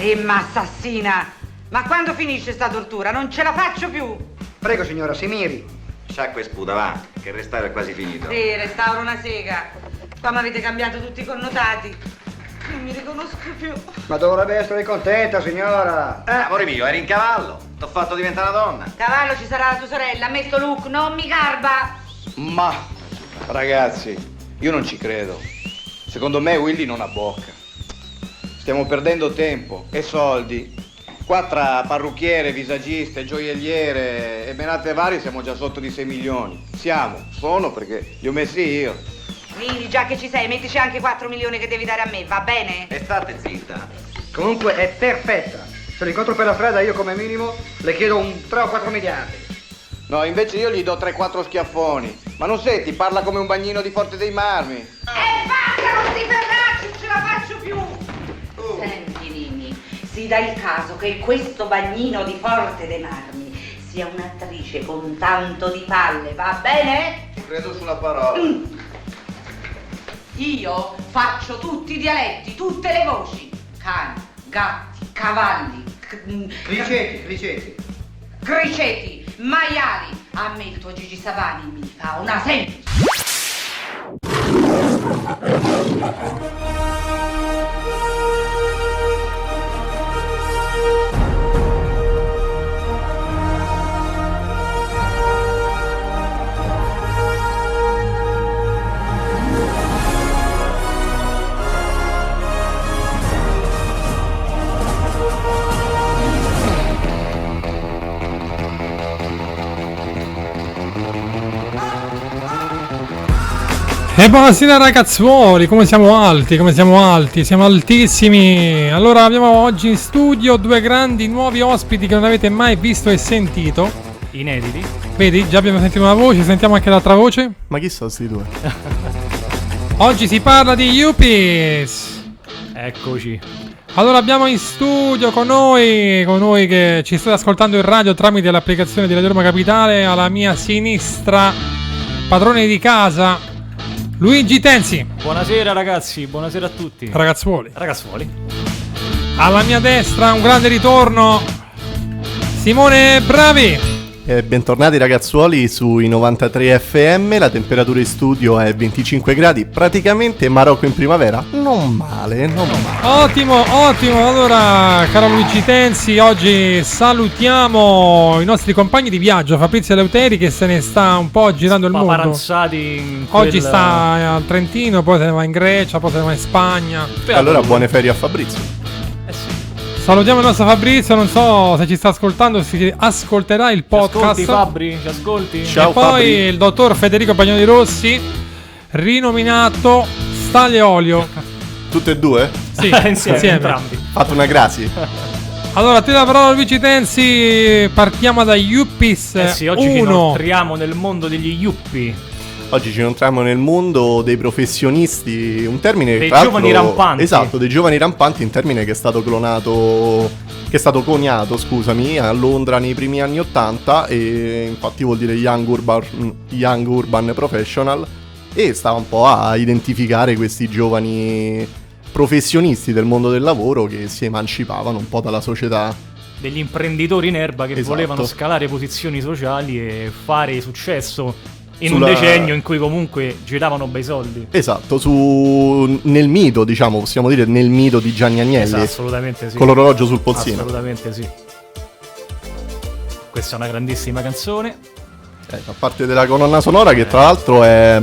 Ma assassina! Ma quando finisce sta tortura? Non ce la faccio più! Prego signora, si miri. Sciacqua e sputa, va, che il restauro è quasi finito. Sì, restauro una sega. Qua mi avete cambiato tutti i connotati. Non mi riconosco più. Ma dovrebbe essere contenta signora. Amore mio, eri in cavallo. T'ho fatto diventare una donna. Cavallo, ci sarà la tua sorella. Ha messo look, non mi garba. Ma, ragazzi, io non ci credo. Secondo me Willy non ha bocca. Stiamo perdendo tempo e soldi. Qua tra parrucchiere, visagiste, gioielliere e menate varie siamo già sotto di 6 milioni. Sono perché li ho messi io. Quindi, già che ci sei, mettici anche 4 milioni che devi dare a me, va bene? E state zitta. Comunque è perfetta. Se l'incontro per la strada io come minimo le chiedo un 3 o 4 miliardi. No, invece io gli do 3-4 schiaffoni. Ma non senti, parla come un bagnino di Forte dei Marmi. Basta, non ti fermarci, non ce la faccio più! Senti, Nini, si dà il caso che questo bagnino di Forte dei Marmi sia un'attrice con tanto di palle, va bene? Ci credo sulla parola. Io faccio tutti i dialetti, tutte le voci. Cani, gatti, cavalli, Criceti. criceti, maiali. A me il tuo Gigi Savani mi fa una semplice. E buonasera ragazzuoli, come siamo alti, siamo altissimi. Allora abbiamo oggi in studio due grandi nuovi ospiti che non avete mai visto e sentito. Inediti. Vedi, già abbiamo sentito una voce, sentiamo anche l'altra voce. Ma chi sono sti due? Oggi si parla di Yuppies. Eccoci. Allora abbiamo in studio con noi che ci state ascoltando in radio tramite l'applicazione di Radio Roma Capitale, alla mia sinistra, padrone di casa, Luigi Tenzi. Buonasera ragazzi, buonasera a tutti. Ragazzuoli. Alla mia destra un grande ritorno, Simone Bravi. Bentornati ragazzuoli sui 93 FM, la temperatura in studio è 25 gradi, praticamente Marocco in primavera, non male. Ottimo, allora caro Luigi Tenzi, oggi salutiamo i nostri compagni di viaggio, Fabrizio Eleuteri che se ne sta un po' girando il mondo. Paparanzati Oggi sta al Trentino, poi se ne va in Grecia, poi se ne va in Spagna. Allora buone ferie a Fabrizio. Salutiamo il nostro Fabrizio, non so se ci sta ascoltando, si ascolterà il podcast. Ci ascolti Fabri, ci ascolti? Ciao, e poi Fabri. Il dottor Federico Bagnoli Rossi, rinominato Stale Olio. Tutte e due? Sì, insieme. Entrambi. Fate una grazie. Allora, te la parola Luigi Tenzi, partiamo da Yuppies. Sì, oggi ci inoltriamo nel mondo degli Yuppi. Oggi ci inoltriamo nel mondo dei professionisti, un termine dei tra l'altro, giovani rampanti. Esatto, dei giovani rampanti, un termine che è stato coniato, scusami, a Londra nei primi anni 80 e infatti vuol dire Young Urban Professional e stava un po' a identificare questi giovani professionisti del mondo del lavoro che si emancipavano un po' dalla società. Degli imprenditori in erba che Esatto. volevano scalare posizioni sociali e fare successo un decennio in cui comunque giravano bei soldi. Esatto, nel mito, diciamo, possiamo dire nel mito di Gianni Agnelli. Esatto, assolutamente sì. Con l'orologio sul polsino. Assolutamente sì. Questa è una grandissima canzone. A parte della colonna sonora che tra l'altro è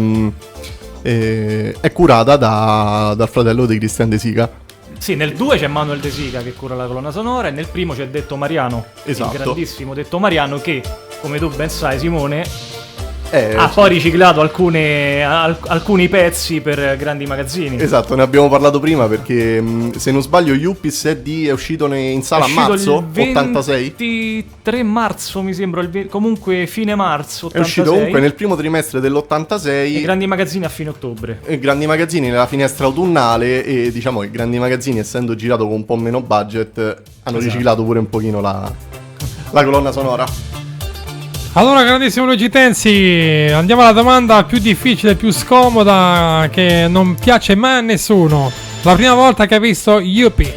curata dal fratello di Christian De Sica. Sì, nel 2 c'è Manuel De Sica che cura la colonna sonora e nel primo c'è Detto Mariano. Esatto. Il grandissimo Detto Mariano che, come tu ben sai Simone, Ha poi riciclato alcuni pezzi per grandi magazzini. Esatto, ne abbiamo parlato prima perché se non sbaglio Yuppies è uscito in sala a marzo il 86. 23 marzo mi sembra, comunque fine marzo 86. È uscito comunque nel primo trimestre dell'86. E grandi magazzini a fine ottobre. E grandi magazzini nella finestra autunnale e diciamo che grandi magazzini, essendo girato con un po' meno budget, hanno riciclato pure un pochino la colonna sonora. Allora, grandissimo Luigi Tenzi, andiamo alla domanda più difficile, più scomoda, che non piace mai a nessuno. La prima volta che hai visto Yuppie?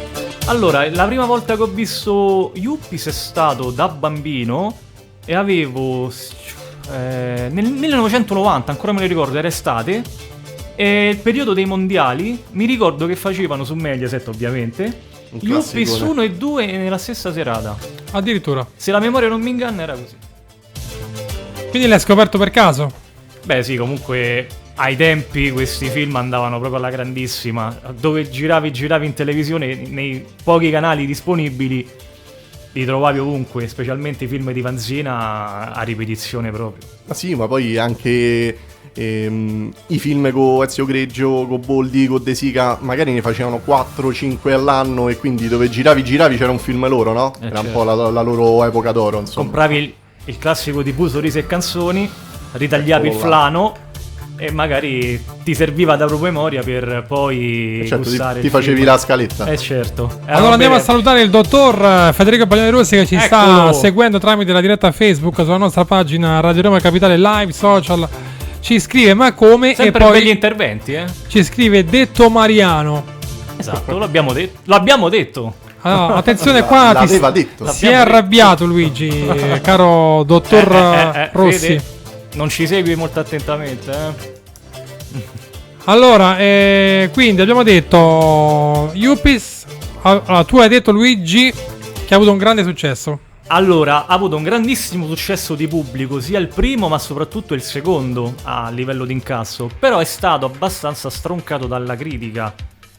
Allora, la prima volta che ho visto Yuppies è stato da bambino e avevo... nel 1990, ancora me lo ricordo, era estate, e il periodo dei mondiali, mi ricordo che facevano su Mediaset ovviamente, Un Yuppies classicone. 1 e 2 nella stessa serata. Addirittura. Se la memoria non mi inganna era così. Quindi l'hai scoperto per caso? Beh sì, comunque ai tempi questi film andavano proprio alla grandissima. Dove giravi in televisione, nei pochi canali disponibili, li trovavi ovunque, specialmente i film di Vanzina a ripetizione proprio. Ma sì, ma poi anche i film con Ezio Greggio, con Boldi, con De Sica, magari ne facevano 4-5 all'anno e quindi dove giravi c'era un film loro, no? Era un certo. po' la loro epoca d'oro, insomma. Compravi il classico TV Sorrisi e Canzoni, ritagliavi il Eccolo là. flano e magari ti serviva da promemoria per poi Certo, gustare ti il facevi film. la scaletta. Certo. Allora andiamo a salutare il dottor Federico Baglioni Rossi che ci sta Eccolo. seguendo tramite la diretta Facebook sulla nostra pagina Radio Roma Capitale Live Social. Ci scrive ma come Sempre e begli poi interventi, ci scrive detto Mariano. Esatto, l'abbiamo detto. L'abbiamo detto. Allora, attenzione qua, L'aveva detto. si è arrabbiato Luigi, caro dottor Rossi. Fede, non ci segui molto attentamente, Allora, quindi abbiamo detto Yuppies. Allora, tu hai detto Luigi che ha avuto un grande successo. Allora, ha avuto un grandissimo successo di pubblico, sia il primo ma soprattutto il secondo a livello di incasso, però è stato abbastanza stroncato dalla critica,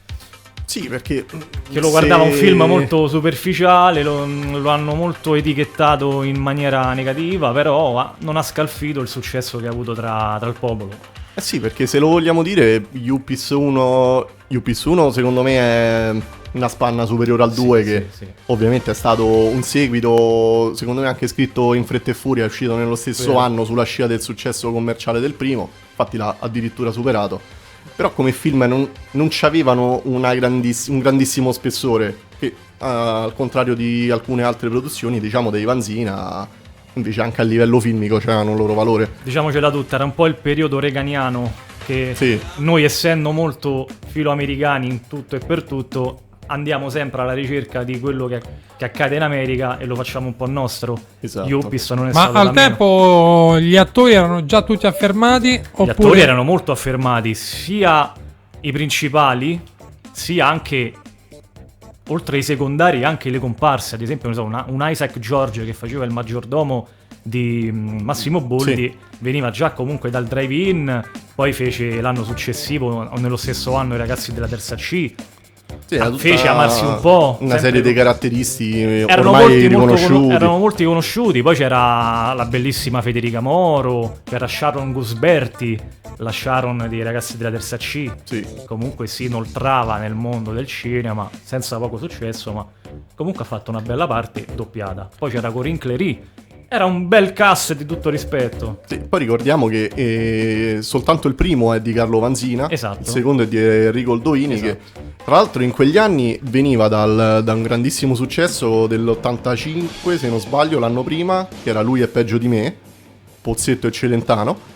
Sì, perché che lo guardava un film molto superficiale, lo hanno molto etichettato in maniera negativa, però non ha scalfito il successo che ha avuto tra il popolo. Eh sì, perché se lo vogliamo dire, Yuppies 1 secondo me è una spanna superiore al 2 che sì. ovviamente è stato un seguito, secondo me anche scritto in fretta e furia, è uscito nello stesso Vero. anno sulla scia del successo commerciale del primo, infatti l'ha addirittura superato. Però come film non c'avevano un grandissimo spessore, che al contrario di alcune altre produzioni, diciamo dei Vanzina, invece anche a livello filmico c'erano un loro valore. Diciamocela tutta, era un po' il periodo reganiano che Sì. noi, essendo molto filoamericani in tutto e per tutto, andiamo sempre alla ricerca di quello che accade in America e lo facciamo un po' nostro. Esatto. Yuppies non è Ma stato al da meno. tempo gli attori erano già tutti affermati Gli oppure attori erano molto affermati, sia i principali, sia anche, oltre ai secondari, anche le comparse. Ad esempio, non so, un Isaac George che faceva il maggiordomo di Massimo Boldi, Sì. veniva già comunque dal drive-in, poi fece l'anno successivo, o nello stesso anno, i ragazzi della terza C. Sì, era tutta Fece amarsi un po', una sempre serie di con- caratteristici Erano ormai riconosciuti. erano molti conosciuti, poi c'era la bellissima Federica Moro, c'era Sharon Gusberti, la Sharon dei ragazzi della terza C. Sì. Comunque si inoltrava nel mondo del cinema, senza poco successo, ma comunque ha fatto una bella parte doppiata. Poi c'era Corinne Clery, era un bel cast di tutto rispetto. Sì, poi ricordiamo che soltanto il primo è di Carlo Vanzina, Esatto. il secondo è di Enrico Oldoini, Esatto. che tra l'altro in quegli anni veniva da un grandissimo successo dell'85, se non sbaglio, l'anno prima, che era Lui è peggio di me, Pozzetto e Celentano.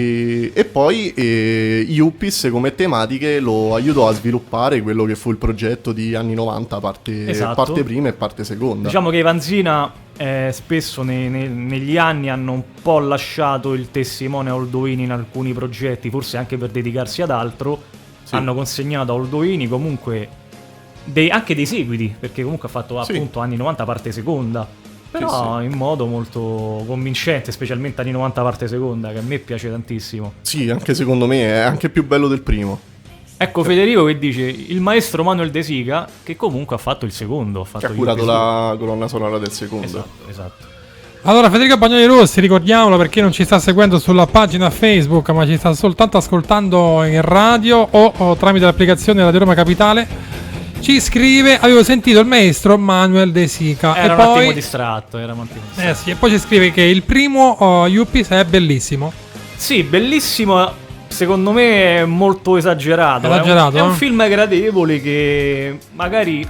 E poi Yuppies come tematiche lo aiutò a sviluppare quello che fu il progetto di anni 90, Esatto. parte prima e parte seconda. Diciamo che i Vanzina spesso negli anni hanno un po' lasciato il testimone a Oldoini in alcuni progetti, forse anche per dedicarsi ad altro. Sì. Hanno consegnato a Oldoini comunque anche dei seguiti, perché comunque ha fatto Sì. appunto anni 90 parte seconda, però in modo molto convincente, specialmente anni 90 parte seconda, che a me piace tantissimo. Sì, anche secondo me è anche più bello del primo. Ecco Federico che dice il maestro Manuel De Sica, che comunque ha fatto il secondo, ha fatto Che ha curato Yuppies la colonna sonora del secondo. 2. Esatto. Allora, Federico Bagnoli Rossi, ricordiamolo perché non ci sta seguendo sulla pagina Facebook, ma ci sta soltanto ascoltando in radio o tramite l'applicazione Radio Roma Capitale. Ci scrive: avevo sentito il maestro Manuel De Sica. Era e un attimo poi distratto, era un attimo distratto. sì, e poi ci scrive che il primo Yuppies è bellissimo. Sì, bellissimo, secondo me è molto esagerato. Esagerato, È un eh? film gradevole che magari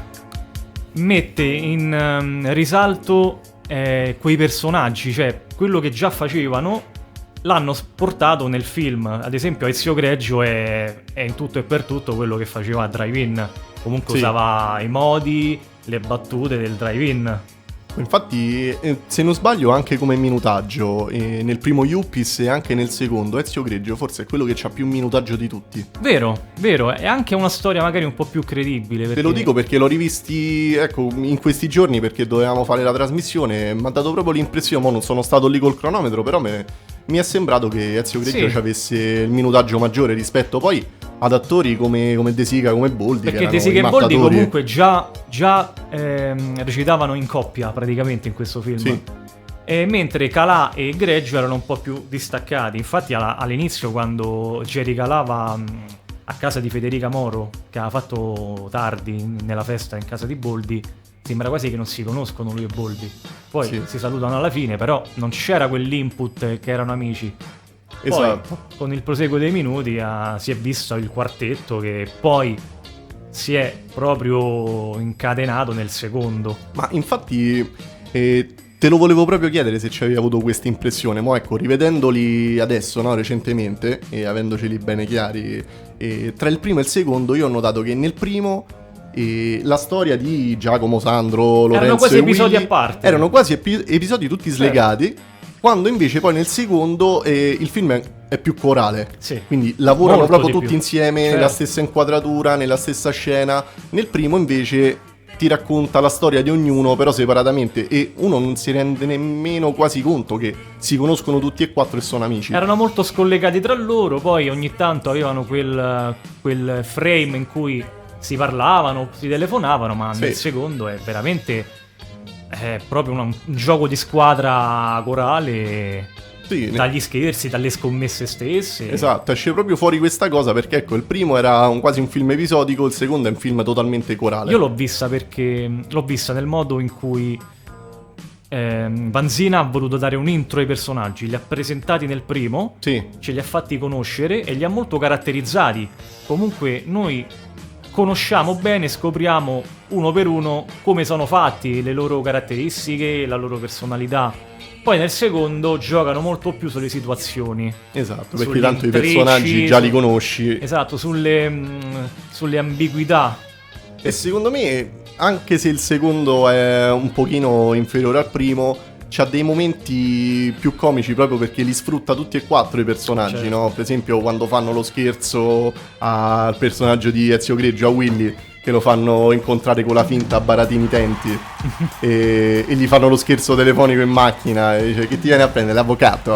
mette in risalto quei personaggi, cioè quello che già facevano l'hanno portato nel film. Ad esempio Ezio Greggio è in tutto e per tutto quello che faceva a Drive-In. Comunque Sì. usava i modi, le battute del drive-in. Infatti, se non sbaglio, anche come minutaggio, nel primo Yuppies e anche nel secondo, Ezio Greggio forse è quello che ha più minutaggio di tutti. Vero, è anche una storia magari un po' più credibile. Te lo dico perché l'ho rivisti, ecco, in questi giorni, perché dovevamo fare la trasmissione, mi ha dato proprio l'impressione, mo non sono stato lì col cronometro, però mi è sembrato che Ezio Greggio avesse il minutaggio maggiore rispetto poi ad attori come De Sica, come Boldi. Perché De Sica e Boldi comunque già recitavano in coppia praticamente in questo film. Sì. E mentre Calà e Greggio erano un po' più distaccati. Infatti all'inizio, quando Jerry Calà va a casa di Federica Moro, che aveva fatto tardi nella festa in casa di Boldi, sembra quasi che non si conoscono lui e Boldi. Poi si salutano alla fine, però non c'era quell'input che erano amici. Esatto. Poi, con il proseguo dei minuti si è visto il quartetto che poi si è proprio incatenato nel secondo. Ma infatti te lo volevo proprio chiedere se ci avevi avuto questa impressione. Mo' ecco, rivedendoli adesso, no, recentemente, e avendoceli bene chiari, tra il primo e il secondo io ho notato che nel primo la storia di Giacomo, Sandro, Lorenzo erano quasi e episodi Willy a parte. erano quasi episodi tutti slegati. Quando invece poi nel secondo il film è più corale, quindi lavorano molto proprio di tutti più. insieme, nella stessa inquadratura, nella stessa scena. Nel primo invece ti racconta la storia di ognuno, però separatamente, e uno non si rende nemmeno quasi conto che si conoscono tutti e quattro e sono amici. Erano molto scollegati tra loro, poi ogni tanto avevano quel frame in cui si parlavano, si telefonavano, ma nel secondo è veramente... È proprio un gioco di squadra corale, dagli scherzi, dalle scommesse stesse. Esatto, esce proprio fuori questa cosa perché ecco, il primo era quasi un film episodico, il secondo è un film totalmente corale. Io l'ho vista nel modo in cui Vanzina ha voluto dare un intro ai personaggi, li ha presentati nel primo, ce li ha fatti conoscere e li ha molto caratterizzati. Comunque noi conosciamo bene, scopriamo uno per uno come sono fatti, le loro caratteristiche, la loro personalità. Poi nel secondo giocano molto più sulle situazioni. Esatto, perché tanto i personaggi già li conosci. Esatto, sulle ambiguità. E secondo me, anche se il secondo è un pochino inferiore al primo, c'ha dei momenti più comici proprio perché li sfrutta tutti e quattro i personaggi, no? Per esempio quando fanno lo scherzo al personaggio di Ezio Greggio, a Willy, che lo fanno incontrare con la finta a Baratini Tenti e gli fanno lo scherzo telefonico in macchina e dice: che ti viene a prendere? L'avvocato.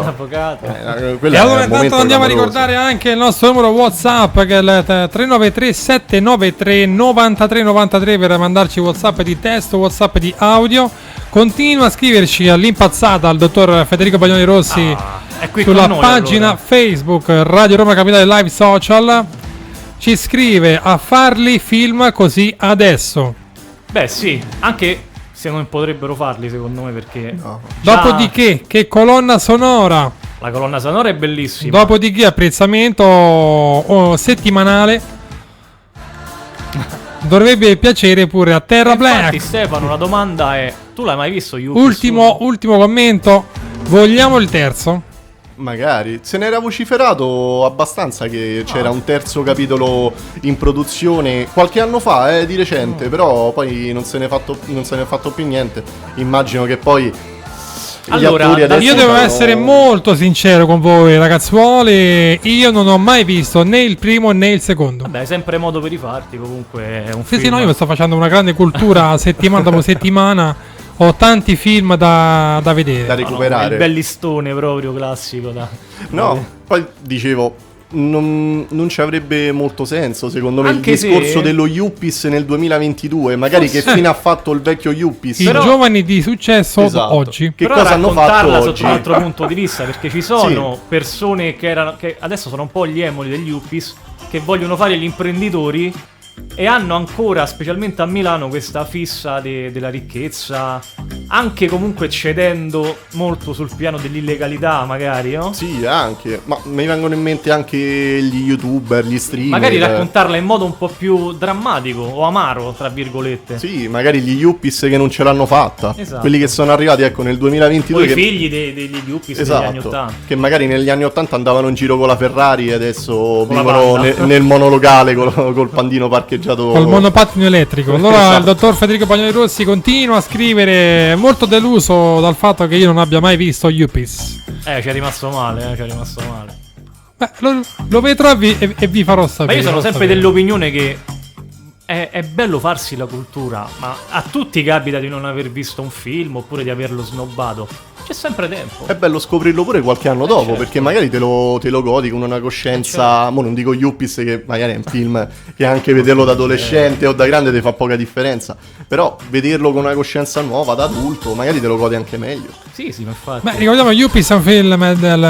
E allora intanto andiamo a ricordare anche il nostro numero WhatsApp, che è il 393 793 9393 per mandarci WhatsApp di testo, WhatsApp di audio. Continua a scriverci all'impazzata al dottor Federico Bagnoli Rossi sulla pagina allora Facebook Radio Roma Capitale Live Social. Ci scrive: a farli film così adesso. Beh sì, anche se non potrebbero farli secondo me, perché Dopodiché, che colonna sonora. La colonna sonora è bellissima. Dopodiché apprezzamento settimanale. Dovrebbe piacere pure a Terra Black. Infatti Stefano, la domanda è: tu l'hai mai visto Yuppies? Ultimo commento. Vogliamo il terzo? Magari. Se ne era vociferato abbastanza che c'era un terzo capitolo in produzione qualche anno fa, di recente, però poi non se ne è fatto più niente. Immagino che poi allora, io devo essere molto sincero con voi ragazzuoli, io non ho mai visto né il primo né il secondo. Vabbè, è sempre modo per rifarti, comunque è un film. Sì, no, io mi sto facendo una grande cultura settimana dopo settimana. Ho tanti film da vedere, da recuperare. Il bellistone proprio classico poi dicevo, non ci avrebbe molto senso secondo me anche il discorso dello Yuppies nel 2022, magari che fine ha fatto il vecchio Yuppies, i giovani di successo oggi, che cosa hanno fatto oggi sotto un altro punto di vista, perché ci sono persone che adesso sono un po' gli emuli degli Yuppies, che vogliono fare gli imprenditori e hanno ancora, specialmente a Milano, questa fissa della ricchezza, anche comunque cedendo molto sul piano dell'illegalità, magari, no? Sì, anche. Ma mi vengono in mente anche gli youtuber, gli streamer. Magari raccontarla in modo un po' più drammatico o amaro, tra virgolette. Sì, magari gli yuppies che non ce l'hanno fatta. Esatto. Quelli che sono arrivati, ecco, nel 2022. O i figli degli yuppies degli anni Esatto, 80. che magari negli anni 80 andavano in giro con la Ferrari e adesso Con la vivono Panda. nel monolocale col pandino parcheggiato. Col monopattino elettrico. Allora Esatto. il dottor Federico Pagnoli Rossi continua a scrivere, molto deluso dal fatto che io non abbia mai visto Yuppies. Ci è rimasto male, Beh, lo vedrò e vi farò sapere. Ma io sono farò sempre sapere. dell'opinione che è bello farsi la cultura, ma a tutti capita di non aver visto un film oppure di averlo snobbato. C'è sempre tempo. È bello scoprirlo pure qualche anno dopo, certo. perché magari te lo godi con una coscienza. Mo non dico Yuppies, che magari è un film che anche vederlo da adolescente o da grande ti fa poca differenza. Però vederlo con una coscienza nuova, da adulto, magari te lo godi anche meglio. Sì, ma infatti. Beh, ricordiamo Yuppies è un film del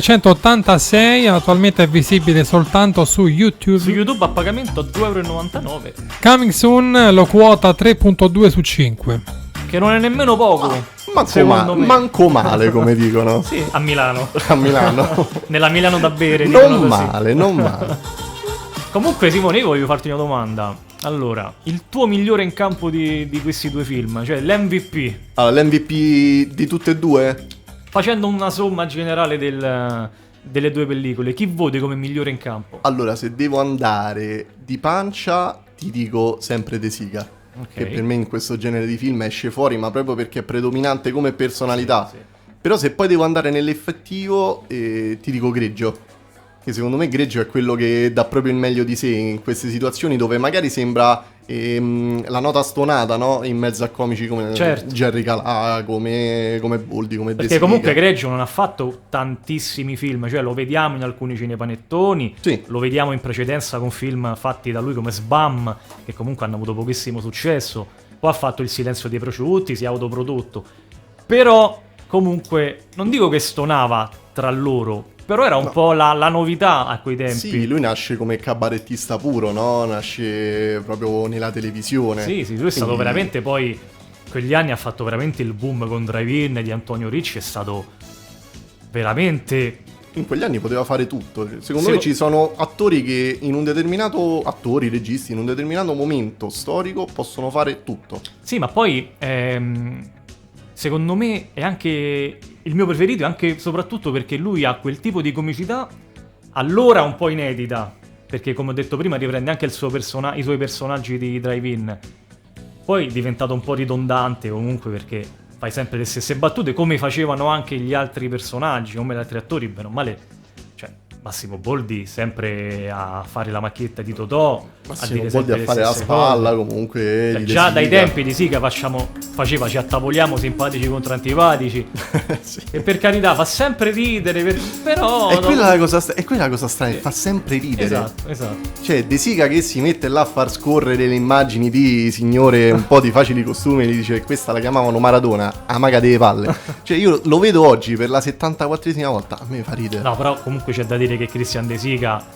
1986, attualmente è visibile soltanto su YouTube. Su YouTube a pagamento a 2,99€. Coming soon lo quota 3.2 su 5. Che non è nemmeno poco. Secondo me. Manco male, come dicono. Sì, a Milano. A Milano. Nella Milano da bere. dicono Non così. male, non male. Comunque, Simone, io voglio farti una domanda. Allora, il tuo migliore in campo di questi due film, cioè l'MVP, Allora, l'MVP di tutte e due? facendo una somma generale delle due pellicole, chi voti come migliore in campo? Allora, se devo andare di pancia, ti dico sempre De Sica. Ok. Che per me in questo genere di film esce fuori, ma proprio perché è predominante come personalità. Sì. Però se poi devo andare nell'effettivo, ti dico Greggio. Che secondo me Greggio è quello che dà proprio il meglio di sé in queste situazioni dove magari sembra la nota stonata, no? In mezzo a comici come Certo. Jerry Calà, come Boldi, come De Perché Sica. comunque Greggio non ha fatto tantissimi film, cioè lo vediamo in alcuni cinepanettoni, Sì. lo vediamo in precedenza con film fatti da lui come Sbam, che comunque hanno avuto pochissimo successo, poi ha fatto Il silenzio dei prosciutti, si è autoprodotto, però comunque non dico che stonava tra loro, però era un po' la novità a quei tempi. Sì, lui nasce come cabarettista puro, no? Nasce proprio nella televisione. Sì, lui è stato Quindi- veramente poi, quegli anni ha fatto veramente il boom con Drive-In di Antonio Ricci, è stato veramente... In quegli anni poteva fare tutto. Secondo me ci sono attori che in un determinato... attori, registi, in un determinato momento storico possono fare tutto. Sì, ma poi secondo me è anche il mio preferito, anche soprattutto perché lui ha quel tipo di comicità allora un po' inedita, perché come ho detto prima riprende anche i suoi personaggi di Drive-In. Poi è diventato un po' ridondante comunque perché fai sempre le stesse battute come facevano anche gli altri personaggi, come gli altri attori, bene o male. Cioè, Massimo Boldi sempre a fare la macchietta di Totò, Massimo dire Boldi sempre a le fare la stesse spalla, cose. comunque. di De Già dai Sica. tempi di Sica faceva ci attavoliamo simpatici contro antipatici. Sì. E per carità fa sempre ridere, però... È no- quella la cosa strana, fa sempre ridere. Esatto. Cioè, De Sica che si mette là a far scorrere le immagini di signore un po' di facili costumi e gli dice questa la chiamavano Maradona, a maga delle palle. Cioè, io lo vedo oggi per la 74esima volta, a me fa ridere. No, però comunque c'è da dire che Christian De Sica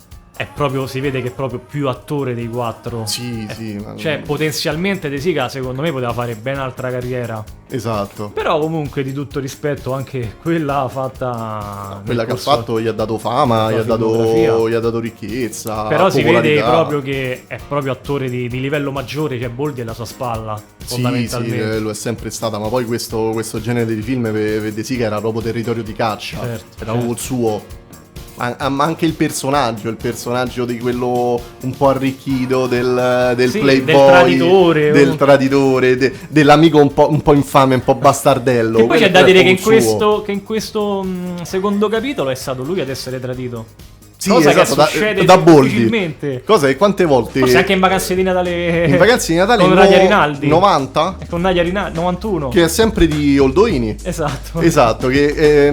è proprio, si vede che è proprio più attore dei quattro. Sì, sì. Ma... Cioè, potenzialmente De Sica secondo me poteva fare ben altra carriera. Esatto. Però comunque di tutto rispetto anche quella fatta... nel Quella che ha corso- fatto gli ha dato fama, la gli filmografia. ha dato ricchezza. Però si vede popolarità. proprio che è proprio attore di livello maggiore, che Boldi alla sua spalla, Sì, fondamentalmente. lo è sempre stata, ma poi questo genere di film per De Sica era proprio territorio di caccia. Certo, era certo. proprio il suo. Ma anche il personaggio di quello un po' arricchito del Sì, playboy, del traditore, dell'amico un po' infame, un po' bastardello. E poi c'è Quello da è dire che proprio il suo. in questo secondo capitolo è stato lui ad essere tradito. Sì, cosa esatto, che succede da Boldi. difficilmente. Cosa che quante volte Forse anche in vacanze di Natale. in vacanze di Natale con Nadia Rinaldi. 90 Con Nadia Rinaldi 91. che è sempre di Oldoini. Esatto. Esatto, che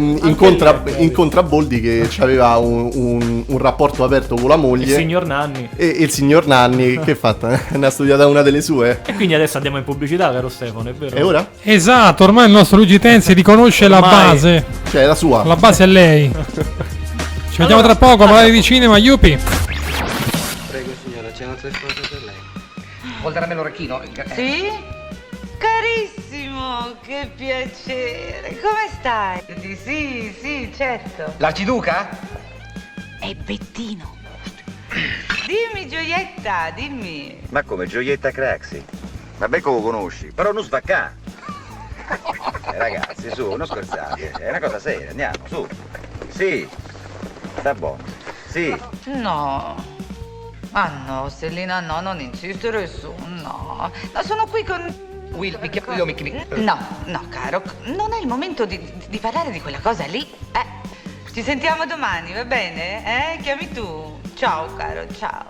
incontra Boldi che aveva un rapporto aperto con la Il moglie signor Nanni. e il signor Nanni che ha fatto? Ne ha studiata una delle sue. E quindi adesso andiamo in pubblicità, caro Stefano, è vero? E ora? Esatto, ormai il nostro Luigi Tenzi riconosce la Ormai. base. Cioè, è la sua. La base è lei. Ci vediamo tra poco a parlare di cinema, Yupi. Prego signora, c'è un'altra cosa per lei. Vuol darmi l'orecchino? Sì? Carissimo, che piacere. Come stai? Sì, certo. L'arciduca? È Bettino. Dimmi, gioietta, dimmi. Ma come Gioietta Craxi? Vabbè come lo conosci, però non svaccà. Ragazzi, su, non scherzate, è una cosa seria, andiamo, su. Sì, sta buono. Sì. No. Ah no, Stellina, no, non insistere su, no. No, sono qui con... No, caro, non è il momento di parlare di quella cosa lì. Ci sentiamo domani, va bene? Chiami tu. Ciao, caro, ciao.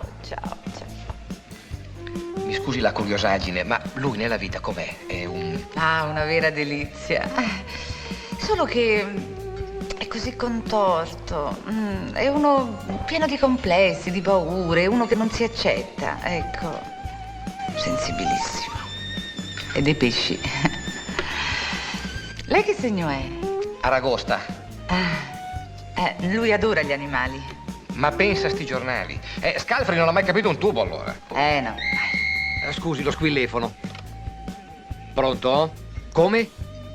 Mi scusi la curiosaggine, ma lui nella vita com'è? È un... Ah, una vera delizia. Solo che è così contorto. È uno pieno di complessi, di paure, uno che non si accetta. Ecco, sensibilissimo. E dei pesci. Lei che segno è? Aragosta. Lui adora gli animali. Ma pensa a sti giornali. Scalfari non ha mai capito un tubo allora. No. Scusi, lo squillefono. Pronto? Come?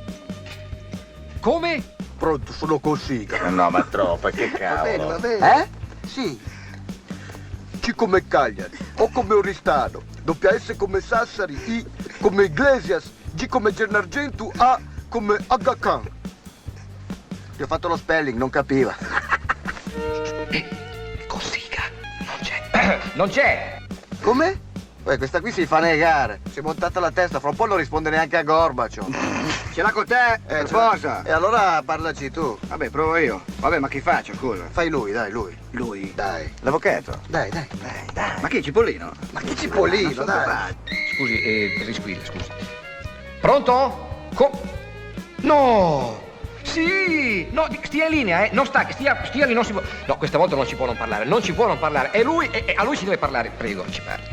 Pronto, sono così. No, ma troppo, che cavolo. Va bene. Sì. C come Cagliari, O come Oristano, S come Sassari, I come Iglesias, G come Gennargentu, A come Aga Khan. Ti ho fatto lo spelling, non capiva. Cossiga. Non c'è. Come? Questa qui si fa negare. Si è montata la testa, fra un po' non risponde neanche a Gorbaciov. Ce l'ha con te? Cosa? E allora parlaci tu. Vabbè, provo io. Vabbè, ma chi faccio, scusa? Fai lui, dai, lui. Lui? Dai. L'avvocato? Dai. Ma chi è Cipollino? Ma che Cipollino, dai. Scusi, risquilla, scusi. Pronto? No! Sì! No, stia in linea, non sta, stia lì, non si può... No, questa volta non ci può non parlare, È lui, a lui si deve parlare. Prego, ci parli.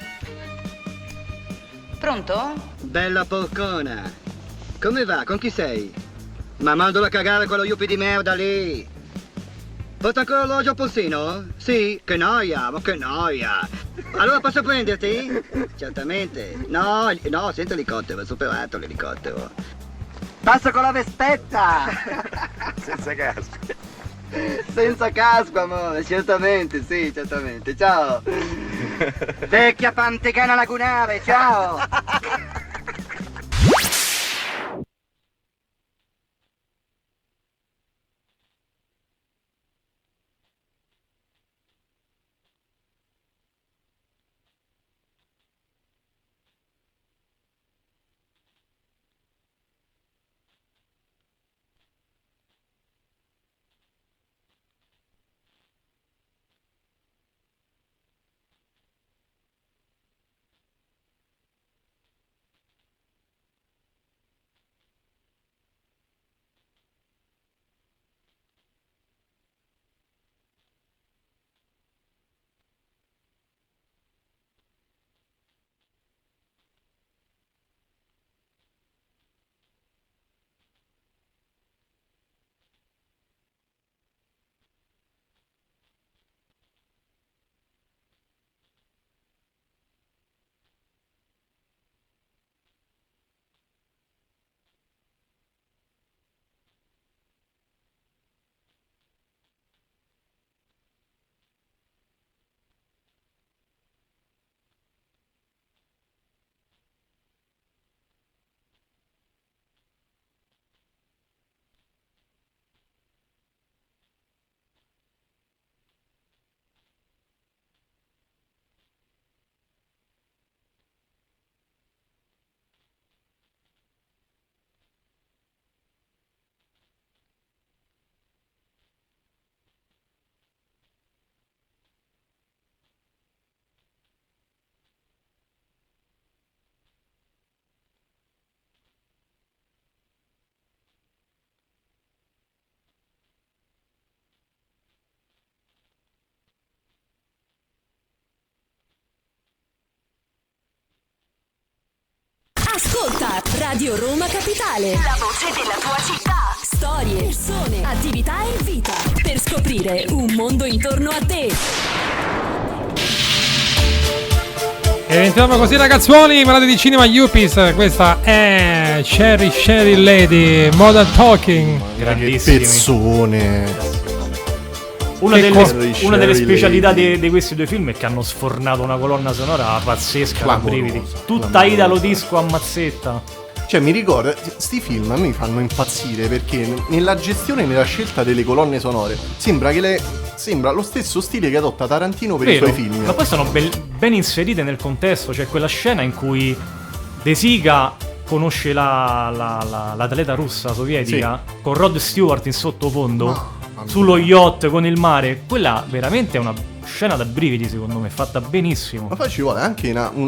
Pronto? Bella porcona, come va? Con chi sei? Ma mandalo a cagare quello yuppie di merda lì. Porta ancora l'orologio a polsino? Sì? Che noia, ma che noia. Allora posso prenderti? Certamente. No, senza elicottero, è superato l'elicottero. Passa con la vespetta! Senza casco. Senza casco, amore, certamente, sì, certamente. Ciao! Vecchia pantegana lagunare, ciao! Ascolta Radio Roma Capitale, la voce della tua città. Storie, persone, attività e vita per scoprire un mondo intorno a te. E entriamo così ragazzuoli, parlate di cinema Yuppies, questa è Cherry Lady, Modern Talking. Grandissimi. Pezzone. Una Cherry delle specialità Lady. di questi due film è che hanno sfornato una colonna sonora pazzesca, da Clamorosa, brividi. Tutta clamorosa. Italo disco a mazzetta. Cioè mi ricordo, sti film a me mi fanno impazzire perché nella gestione e nella scelta delle colonne sonore sembra lo stesso stile che adotta Tarantino per Vero, i suoi film. ma poi sono ben inserite nel contesto. C'è quella scena in cui De Sica conosce l'atleta russa sovietica con Rod Stewart in sottofondo sullo yacht con il mare. Quella veramente è una scena da brividi, secondo me, fatta benissimo. Ma poi ci vuole anche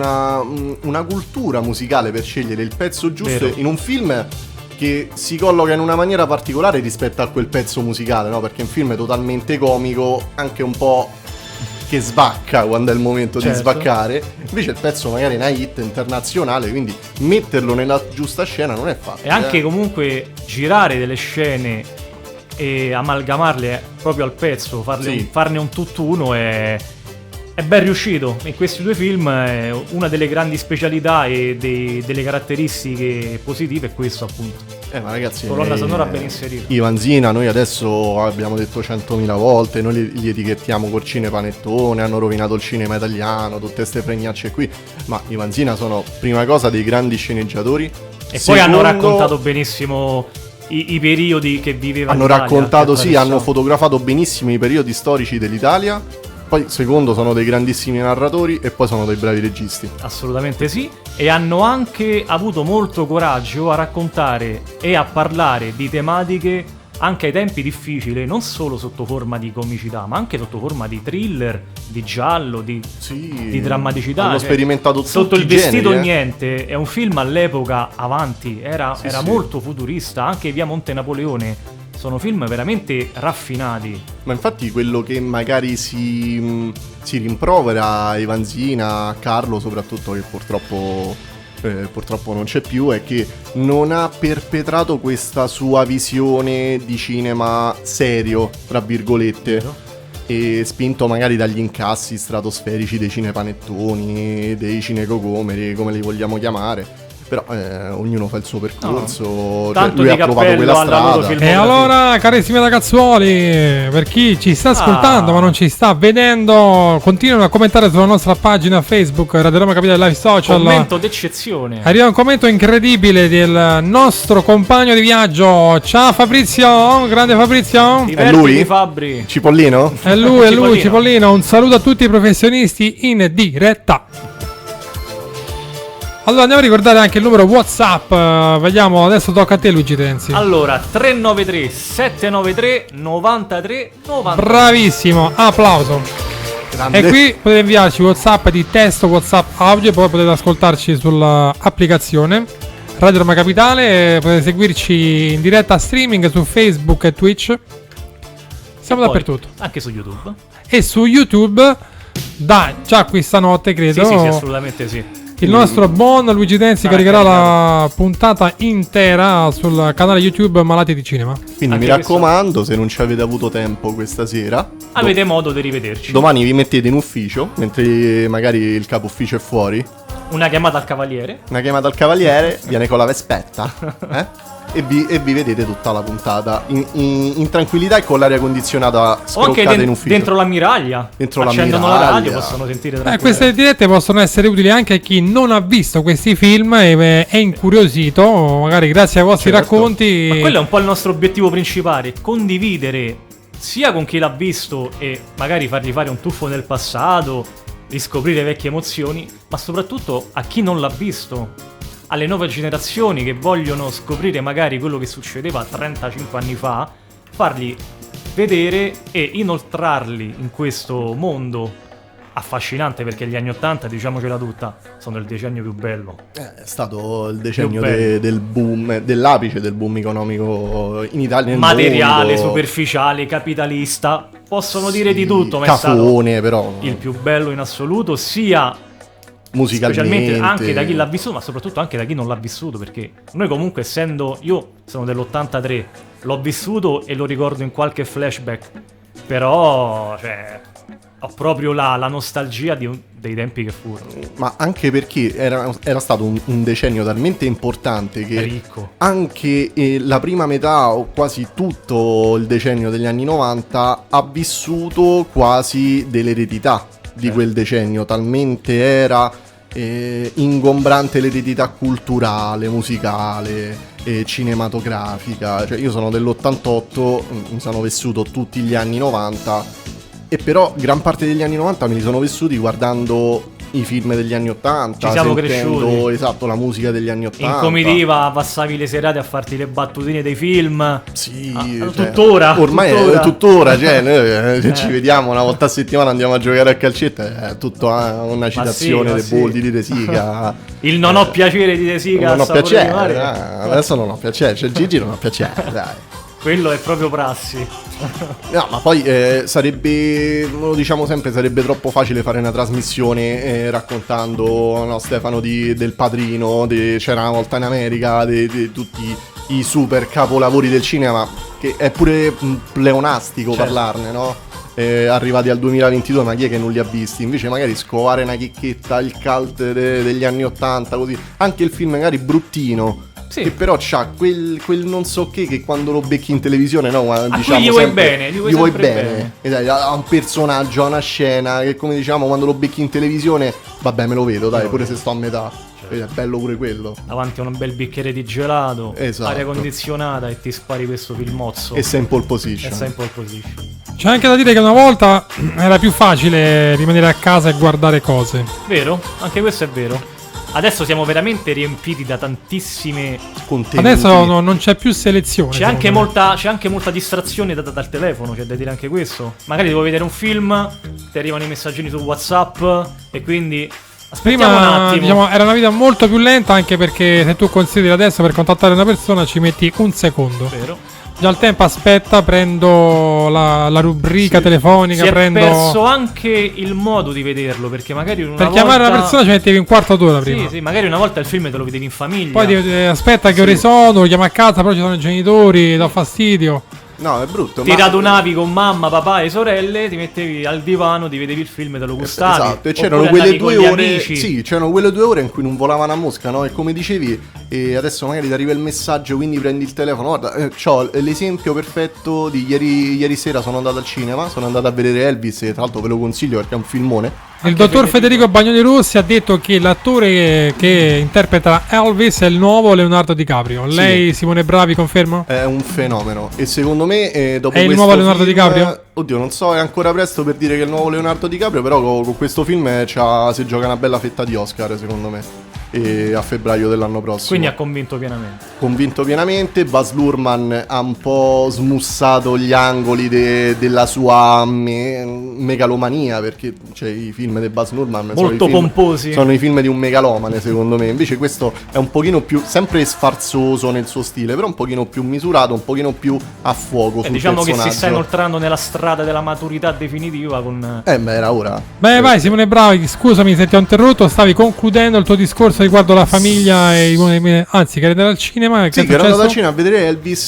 una cultura musicale per scegliere il pezzo giusto Vero. in un film che si colloca in una maniera particolare rispetto a quel pezzo musicale, no? Perché è un film totalmente comico, anche un po' che svacca quando è il momento di Certo. svaccare. Invece il pezzo magari è una hit internazionale, quindi metterlo nella giusta scena non è facile. E anche comunque girare delle scene e amalgamarle proprio al pezzo, Sì. farne un tutt'uno è ben riuscito. In questi due film è una delle grandi specialità e delle caratteristiche positive è questo, appunto. Ma ragazzi, Colonna sonora ben inserita. Ivanzina, noi adesso abbiamo detto 100.000 volte, noi li etichettiamo col cinepanettone, hanno rovinato il cinema italiano, tutte queste fregnacce qui, ma Ivanzina sono, prima cosa, dei grandi sceneggiatori. E poi hanno raccontato benissimo i periodi che viveva Hanno l'Italia, raccontato, che sì, hanno attraversava. fotografato benissimo i periodi storici dell'Italia. Poi, secondo, sono dei grandissimi narratori e poi sono dei bravi registi. Assolutamente sì. E hanno anche avuto molto coraggio a raccontare e a parlare di tematiche anche ai tempi difficili, non solo sotto forma di comicità, ma anche sotto forma di thriller, di giallo, di drammaticità. Hanno sperimentato tutti Sotto il i vestito generi, niente, è un film all'epoca avanti, era Sì. molto futurista, anche Via Monte Napoleone. Sono film veramente raffinati. Ma infatti quello che magari si rimprovera a Evanzina, a Carlo soprattutto, che purtroppo non c'è più, è che non ha perpetrato questa sua visione di cinema serio, tra virgolette, e spinto magari dagli incassi stratosferici dei cinepanettoni, dei cinecocomeri, come li vogliamo chiamare. Però ognuno fa il suo percorso, Tanto lui di ha provato cappello quella alla loro strada. filmografia. E allora, carissimi ragazzuoli, per chi ci sta ascoltando ma non ci sta vedendo, continuano a commentare sulla nostra pagina Facebook Radio Roma Capitale Live Social. Commento d'eccezione. Arriva un commento incredibile del nostro compagno di viaggio. Ciao Fabrizio, grande Fabrizio. Divertiti, lui? Fabbri. Cipollino? È lui, Cipollino. Cipollino. Un saluto a tutti i professionisti in diretta. Allora andiamo a ricordare anche il numero WhatsApp. Vediamo, adesso tocca a te Luigi Tenzi. Allora, 393 793 93 90. Bravissimo, applauso. Grande. E qui potete inviarci WhatsApp di testo, WhatsApp audio, e poi potete ascoltarci sull'applicazione Radio Roma Capitale. Potete seguirci in diretta streaming su Facebook e Twitch. Siamo E poi dappertutto. Anche su YouTube. E su YouTube, già questa notte credo. Sì, assolutamente sì. Il nostro buon Luigi Tenzi Sarà caricherà caricato. la puntata intera sul canale YouTube Malati di Cinema. Quindi Anche mi raccomando, se non ci avete avuto tempo questa sera, Avete modo di rivederci. domani vi mettete in ufficio, mentre magari il capo ufficio è fuori, Una chiamata al cavaliere. una chiamata al cavaliere, viene con la vespetta, e vi vedete tutta la puntata in tranquillità e con l'aria condizionata O anche scroccata in ufficio. dentro l'ammiraglia. Dentro Accendono la l'ammiraglia. radio, possono sentire tranquillamente. Queste dirette possono essere utili anche a chi non ha visto questi film e è incuriosito, magari grazie ai vostri Certo. racconti. Ma quello è un po' il nostro obiettivo principale, condividere sia con chi l'ha visto e magari fargli fare un tuffo nel passato, riscoprire vecchie emozioni, ma soprattutto a chi non l'ha visto, alle nuove generazioni che vogliono scoprire magari quello che succedeva 35 anni fa, fargli vedere e inoltrarli in questo mondo affascinante, perché gli anni 80, diciamocela tutta, sono il decennio più bello. È stato il decennio Più bello. del boom, dell'apice del boom economico in Italia, nel Materiale, mondo. superficiale, capitalista, possono dire Sì, di tutto, ma è stato cafone, però il più bello in assoluto, sia musicalmente, specialmente anche da chi l'ha vissuto, ma soprattutto anche da chi non l'ha vissuto, perché noi comunque, essendo, io sono dell'83, l'ho vissuto e lo ricordo in qualche flashback, però cioè ho proprio la nostalgia dei tempi che furono. Ma anche perché era stato un decennio talmente importante che Ricco. anche la prima metà o quasi tutto il decennio degli anni 90 ha vissuto quasi dell'eredità di quel decennio, talmente era ingombrante l'eredità culturale, musicale, cinematografica. Cioè io sono dell'88, mi sono vissuto tutti gli anni 90 e però gran parte degli anni 90 me li sono vissuti guardando i film degli anni 80, Ci siamo sentendo, cresciuti. esatto, la musica degli anni 80. In comitiva passavi le serate a farti le battutine dei film. Sì, cioè, tuttora. Ormai è tuttora, cioè noi se Eh. ci vediamo una volta a settimana andiamo a giocare a calcetto, è tutto una citazione ma del sì. Boldi di De Sica. Il non ho piacere di De Sica. Non ho al sapore piacere, di mare. adesso non ho piacere, cioè Gigi non ho piacere, dai. Quello è proprio prassi. No, ma poi sarebbe, lo diciamo sempre, sarebbe troppo facile fare una trasmissione raccontando, no, Stefano, del Padrino, c'era una volta in America, di tutti i super capolavori del cinema, che è pure pleonastico Certo. parlarne, no? Arrivati al 2022, ma chi è che non li ha visti? Invece magari scovare una chicchetta, il cult degli anni 80, così, anche il film magari bruttino, Sì. che però c'ha quel non so che quando lo becchi in televisione, no? A Diciamo cui gli vuoi sempre, bene, gli vuoi sempre bene. E dai, ha un personaggio, ha una scena che, come diciamo, quando lo becchi in televisione, vabbè, me lo vedo, dai, pure se sto a metà. È bello pure quello. Davanti a un bel bicchiere di gelato, Esatto. aria condizionata e ti spari questo filmozzo. E sei in pole position. E sei in pole position. C'è anche da dire che una volta era più facile rimanere a casa e guardare cose. Vero? Anche questo è vero. Adesso siamo veramente riempiti da tantissime contenuti. Adesso non c'è più selezione. C'è anche, secondo me. c'è anche molta distrazione dal telefono, c'è da dire anche questo. Magari devo vedere un film, ti arrivano i messaggini su WhatsApp e quindi aspettiamo un Prima, attimo. diciamo, era una vita molto più lenta, anche perché se tu consideri adesso per contattare una persona ci metti un secondo. Vero. Già il tempo, aspetta, prendo la rubrica telefonica, Si è prendo... perso anche il modo di vederlo, perché magari una Per volta... chiamare una persona ci mettevi un quarto d'ora prima. Sì, sì, magari una volta il film te lo vedevi in famiglia. Poi aspetta che ore sono, lo chiamo a casa, però ci sono i genitori, do fastidio. No, è brutto. Ti radunavi con mamma, papà e sorelle, ti mettevi al divano, ti vedevi il film e te lo gustavi. Esatto, e c'erano Oppure quelle andavi con 2 gli ore. amici. Sì, c'erano quelle 2 ore in cui non volava una mosca, no? E come dicevi, e adesso magari ti arriva il messaggio, quindi prendi il telefono. Guarda, c'ho l'esempio perfetto di ieri sera sono andato al cinema, sono andato a vedere Elvis, e tra l'altro ve lo consiglio perché è un filmone. Il dottor Federico Bagnoli Rossi ha detto che l'attore che interpreta Elvis è il nuovo Leonardo DiCaprio. Sì. Lei, Simone Bravi, conferma? È un fenomeno. E secondo me dopo È il questo nuovo Leonardo film- DiCaprio? Oddio, non so, è ancora presto per dire che è il nuovo Leonardo DiCaprio, però con questo film si gioca una bella fetta di Oscar, secondo me. E a febbraio dell'anno prossimo. Quindi ha convinto pienamente. Convinto pienamente. Baz Luhrmann ha un po' smussato gli angoli della sua megalomania, perché cioè, i film di Baz Luhrmann Molto pomposi. sono i film di un megalomane, secondo me. Invece questo è un pochino più, sempre sfarzoso nel suo stile, però un pochino più misurato, un pochino più a fuoco sul Diciamo che personaggio. si sta inoltrando nella strada della maturità definitiva con... Beh, era ora. Beh, vai Simone Bravi, scusami se ti ho interrotto, stavi concludendo il tuo discorso riguardo la famiglia anzi, che eri andato al cinema. Sì, che ero andato al cinema a vedere Elvis,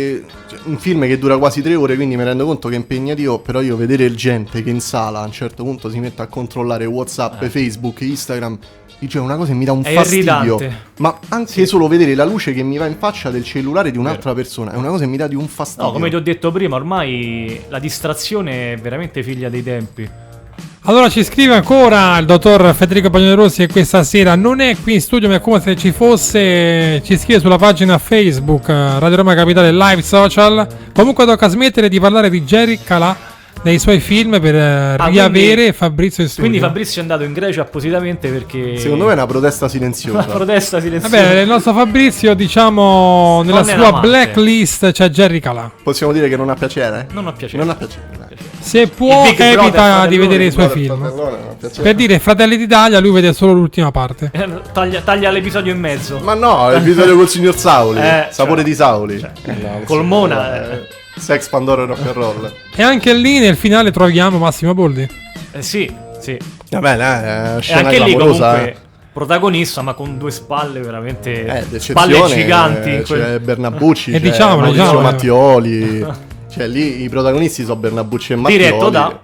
un film che dura quasi 3 ore, quindi mi rendo conto che è impegnativo, però io vedere gente che in sala a un certo punto si mette a controllare WhatsApp, Facebook, Instagram, cioè una cosa che mi dà un È fastidio. irritante. Ma anche solo vedere la luce che mi va in faccia del cellulare di un'altra persona è una cosa che mi dà di un fastidio. No, come ti ho detto prima, ormai la distrazione è veramente figlia dei tempi. Allora ci scrive ancora il dottor Federico Bagnoli Rossi, che questa sera non è qui in studio, ma è come se ci fosse. Ci scrive sulla pagina Facebook Radio Roma Capitale Live Social. Comunque tocca smettere di parlare di Jerry Calà nei suoi film per riavere quindi- Fabrizio in studio. Quindi Fabrizio è andato in Grecia appositamente perché... Secondo me è una protesta silenziosa. Una protesta silenziosa. Vabbè, il nostro Fabrizio, diciamo, nella Non è sua una mafia. blacklist c'è Jerry Calà. Possiamo dire che non ha piacere? Non ho piacere. Non ha piacere. dai. Se può, Il Big Brother, evita di Fratellone, vedere i suoi Guarda, film. Fratellone, non ha piacere. Per dire Fratelli d'Italia, lui vede solo l'ultima parte. Taglia l'episodio in mezzo. Ma no, l'episodio col signor Sauli, Sapore cioè, di Sauli. col signor, Mona, Sex, Pandora e Rock and Roll. E anche lì nel finale troviamo Massimo Boldi. Sì, sì. Va bene, E scena anche lì clamorosa. comunque protagonista, ma con 2 spalle veramente... d'eccezione, spalle giganti. in quel- C'è Bernabucci, E c'è diciamolo, Maurizio diciamolo. Mattioli. Cioè lì i protagonisti sono Bernabucci e Mattioli. Diretto da...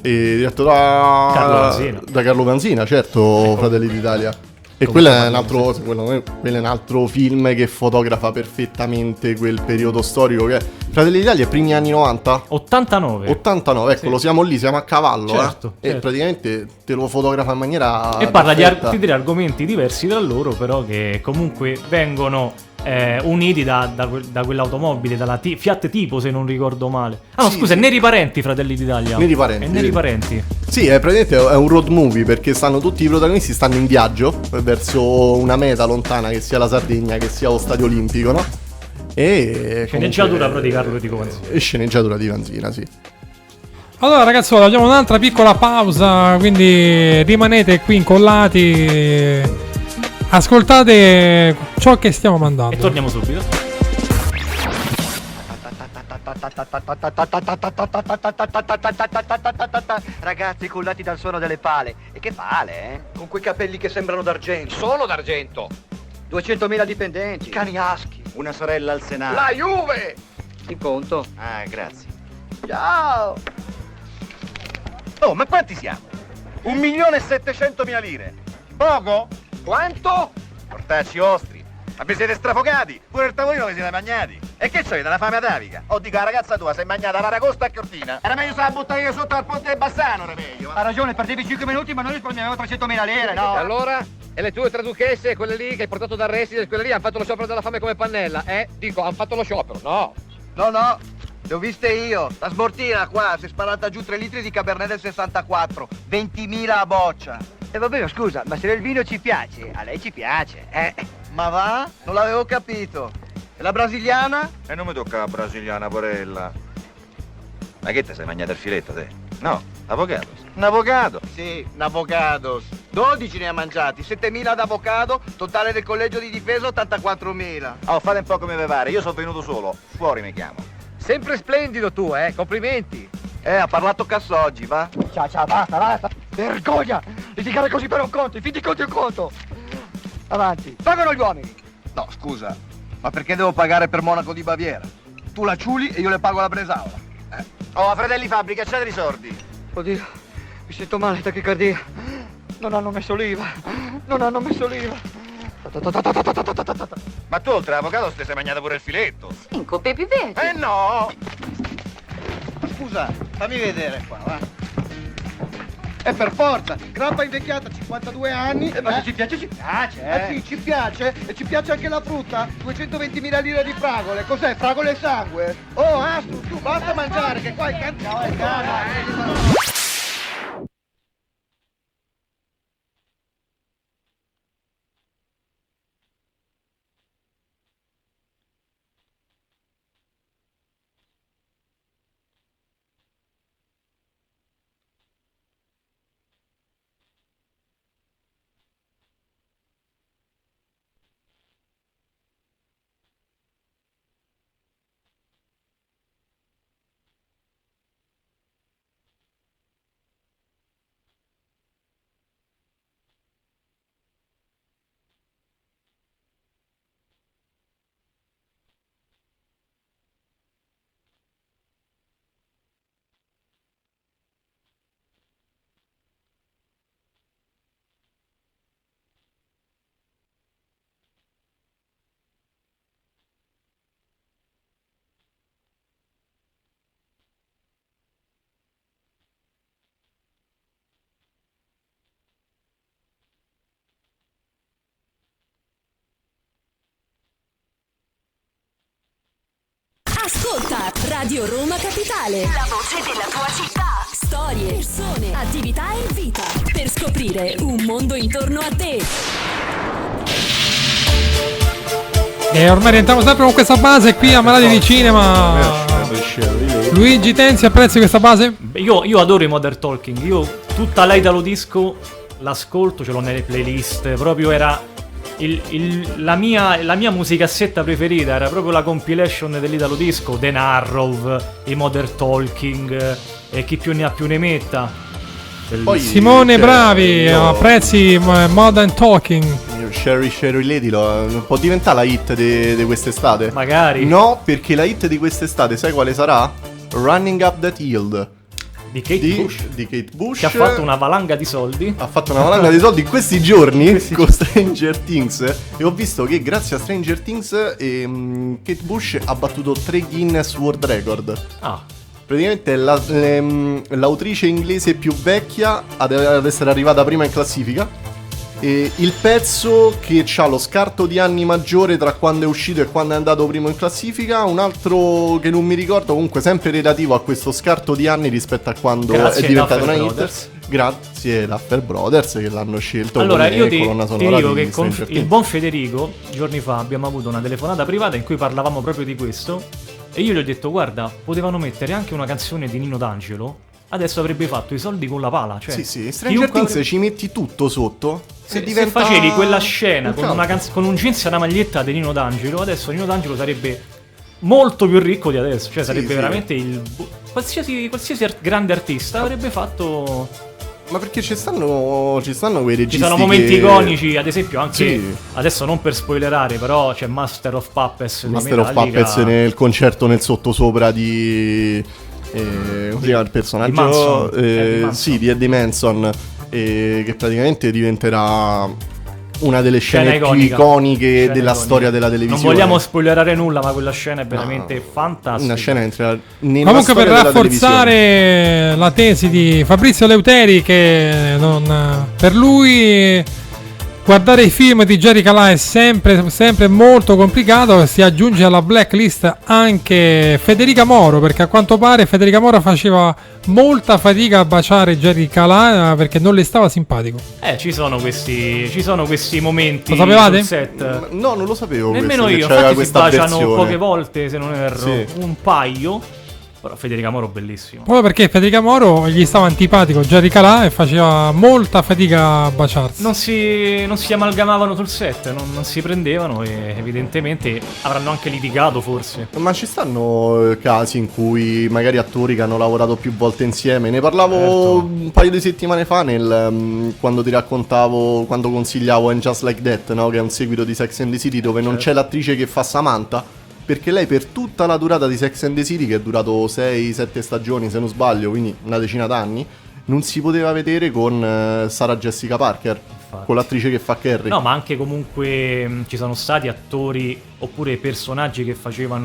diretto Vanzina. da Carlo Vanzina, certo, Fratelli d'Italia. E quello è un altro film che fotografa perfettamente quel periodo storico che è Fratelli d'Italia, primi anni 90? 89. 89, ecco, Sì. Siamo lì, siamo a cavallo, Certo, E certo. praticamente te lo fotografa in maniera E parla perfetta. di argomenti diversi tra loro, però che comunque vengono uniti da quell'automobile, dalla Fiat Tipo, se non ricordo male. Ah no, Sì, scusa, sì. Neri Parenti, Fratelli d'Italia. Neri Parenti. E Neri Parenti. Sì, praticamente è un road movie perché tutti i protagonisti stanno in viaggio verso una meta lontana, che sia la Sardegna, che sia lo Stadio Olimpico, no? E Sceneggiatura però di Carlo Dico Vanzina. E sceneggiatura di Vanzina, sì. Allora ragazzi, abbiamo un'altra piccola pausa, quindi rimanete qui incollati. Ascoltate ciò che stiamo mandando. E torniamo subito. Ragazzi, cullati dal suono delle pale. E che pale, eh? Con quei capelli che sembrano d'argento. Solo d'argento. 200.000 dipendenti. Cani aschi. Una sorella al Senato. La Juve! Il conto. Ah, grazie. Ciao! Oh, ma quanti siamo? 1.700.000 lire. Poco? Quanto? Portacci ostri. Ma vi siete strafogati? Pure il tavolino vi siete mangiati. E che c'è dalla fame atavica? O dico la ragazza tua si è mangiata l'aragosta a Cortina. Era meglio se la buttare io sotto al ponte del Bassano, era meglio. Ha ragione, perdevi 5 minuti, ma noi risparmiavamo 300.000 lire, no? E allora? E le tue tre duchesse, quelle lì che hai portato da residence, quelle lì hanno fatto lo sciopero della fame come Pannella, Dico, hanno fatto lo sciopero, no? No, le ho viste io. La sbortina qua, si è sparata giù 3 litri di Cabernet del 64. 20.000 a boccia. E vabbè, scusa, ma se il vino ci piace, a lei ci piace, Ma va? Non l'avevo capito. E la brasiliana? E non mi tocca la brasiliana, porella. Ma che te sei mangiato il filetto, te? No, avocados. Un avocado? Sì, un avocados. 12 ne ha mangiati, 7.000 ad avocado, totale del collegio di difesa 84.000. Oh, fate un po' come vi pare, io sono venuto solo. Fuori mi chiamo. Sempre splendido tu, complimenti. Ha parlato Cassoggi, va? Ciao, basta. Vergogna! Litigare così per un conto, in fin dei conti è un conto. Avanti. Pagano gli uomini. No, scusa, ma perché devo pagare per Monaco di Baviera? Tu la ciuli e io le pago la Bresaola. Oh, fratelli Fabri, cacciate i sordi. Oddio, mi sento male, tachicardia. Non hanno messo l'IVA. Ma tu oltre all'avocado ti sei mangiato pure il filetto. Sincope pipete. Eh no! Scusa, fammi vedere qua, va. E per forza, grappa invecchiata, 52 anni. Ma se ci piace, ci piace, sì, ci piace. E ci piace anche la frutta. 220.000 lire di fragole. Cos'è? Fragole e sangue? Oh, Astro, tu basta mangiare, che qua è cantare. Ascolta Radio Roma Capitale, la voce della tua città. Storie, persone, attività e vita. Per scoprire un mondo intorno a te. E ormai rientriamo sempre con questa base qui a Malati di Cinema. Luigi Tenzi, apprezzi questa base? Io adoro i Modern Talking. Io tutta l'Italo Disco l'ascolto, ce l'ho nelle playlist. Proprio era la mia musicassetta preferita, era proprio la compilation dell'Italo Disco, The Narrow, i Modern Talking e chi più ne ha più ne metta. Poi, Simone Bravi, apprezzi Modern Talking. Sherry Lady può diventare la hit di quest'estate? Magari. No, perché la hit di quest'estate sai quale sarà? Running Up That Hill. di Kate Bush, che ha fatto una valanga di soldi. Ha fatto una valanga di soldi in questi giorni con Stranger Things, e ho visto che grazie a Stranger Things Kate Bush ha battuto 3 Guinness World Record. Praticamente è l'autrice inglese più vecchia ad essere arrivata prima in classifica. E il pezzo che ha lo scarto di anni maggiore tra quando è uscito e quando è andato primo in classifica, un altro che non mi ricordo, comunque sempre relativo a questo scarto di anni rispetto a quando è diventato una hit. Grazie ai Duffer Brothers che l'hanno scelto. Allora io ti sonora dico che con il buon Federico giorni fa abbiamo avuto una telefonata privata in cui parlavamo proprio di questo, e io gli ho detto: guarda, potevano mettere anche una canzone di Nino D'Angelo, adesso avrebbe fatto i soldi con la pala. Cioè, sì, Stranger Things ci metti tutto sotto. Se facevi quella scena con un jeans e una maglietta di Nino D'Angelo, adesso Nino D'Angelo sarebbe molto più ricco di adesso. Cioè sarebbe veramente qualsiasi grande artista avrebbe fatto. Ma perché ci stanno quei registi. Ci sono momenti iconici, ad esempio anche adesso non per spoilerare, però c'è Master of Puppets nel concerto nel sottosopra di come si chiama il personaggio? Di Eddie Manson, che praticamente diventerà una delle scene più iconiche della storia della televisione. Non vogliamo spoilerare nulla, ma quella scena è veramente fantastica. Una scena entra nella comunque, per storia rafforzare la tesi di Fabrizio Leuteri, che per lui guardare i film di Jerry Calà è sempre molto complicato, si aggiunge alla blacklist anche Federica Moro, perché a quanto pare Federica Moro faceva molta fatica a baciare Jerry Calà perché non le stava simpatico. Ci sono questi momenti. Lo sapevate? Sul set. No, non lo sapevo. Nemmeno io, infatti si baciano poche volte, se non erro, un paio. Però Federica Moro bellissimo. Proprio perché Federica Moro gli stava antipatico Jerry Calà e faceva molta fatica a baciarsi. Non si amalgamavano sul set, non si prendevano, e evidentemente avranno anche litigato forse. Ma ci stanno casi in cui magari attori che hanno lavorato più volte insieme. Ne parlavo un paio di settimane fa quando ti raccontavo, quando consigliavo And Just Like That, no? Che è un seguito di Sex and the City dove non c'è l'attrice che fa Samantha, perché lei per tutta la durata di Sex and the City, che è durato 6-7 stagioni se non sbaglio, quindi una decina d'anni, non si poteva vedere con Sarah Jessica Parker, con l'attrice che fa Carrie. No, ma anche comunque ci sono stati attori oppure personaggi che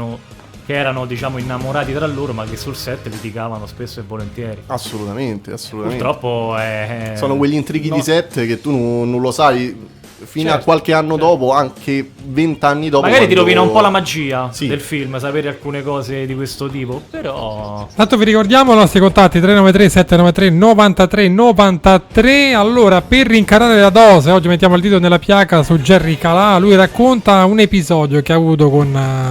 erano diciamo innamorati tra loro, ma che sul set litigavano spesso e volentieri. Assolutamente. Purtroppo sono quegli intrighi di set che tu non lo sai fino a qualche anno dopo, anche 20 anni dopo. Magari ti rovina un po' la magia del film, sapere alcune cose di questo tipo, però. Tanto vi ricordiamo i nostri contatti 393 793 93 93. Allora, per rincarare la dose, oggi mettiamo il dito nella piaga su Jerry Calà. Lui racconta un episodio che ha avuto con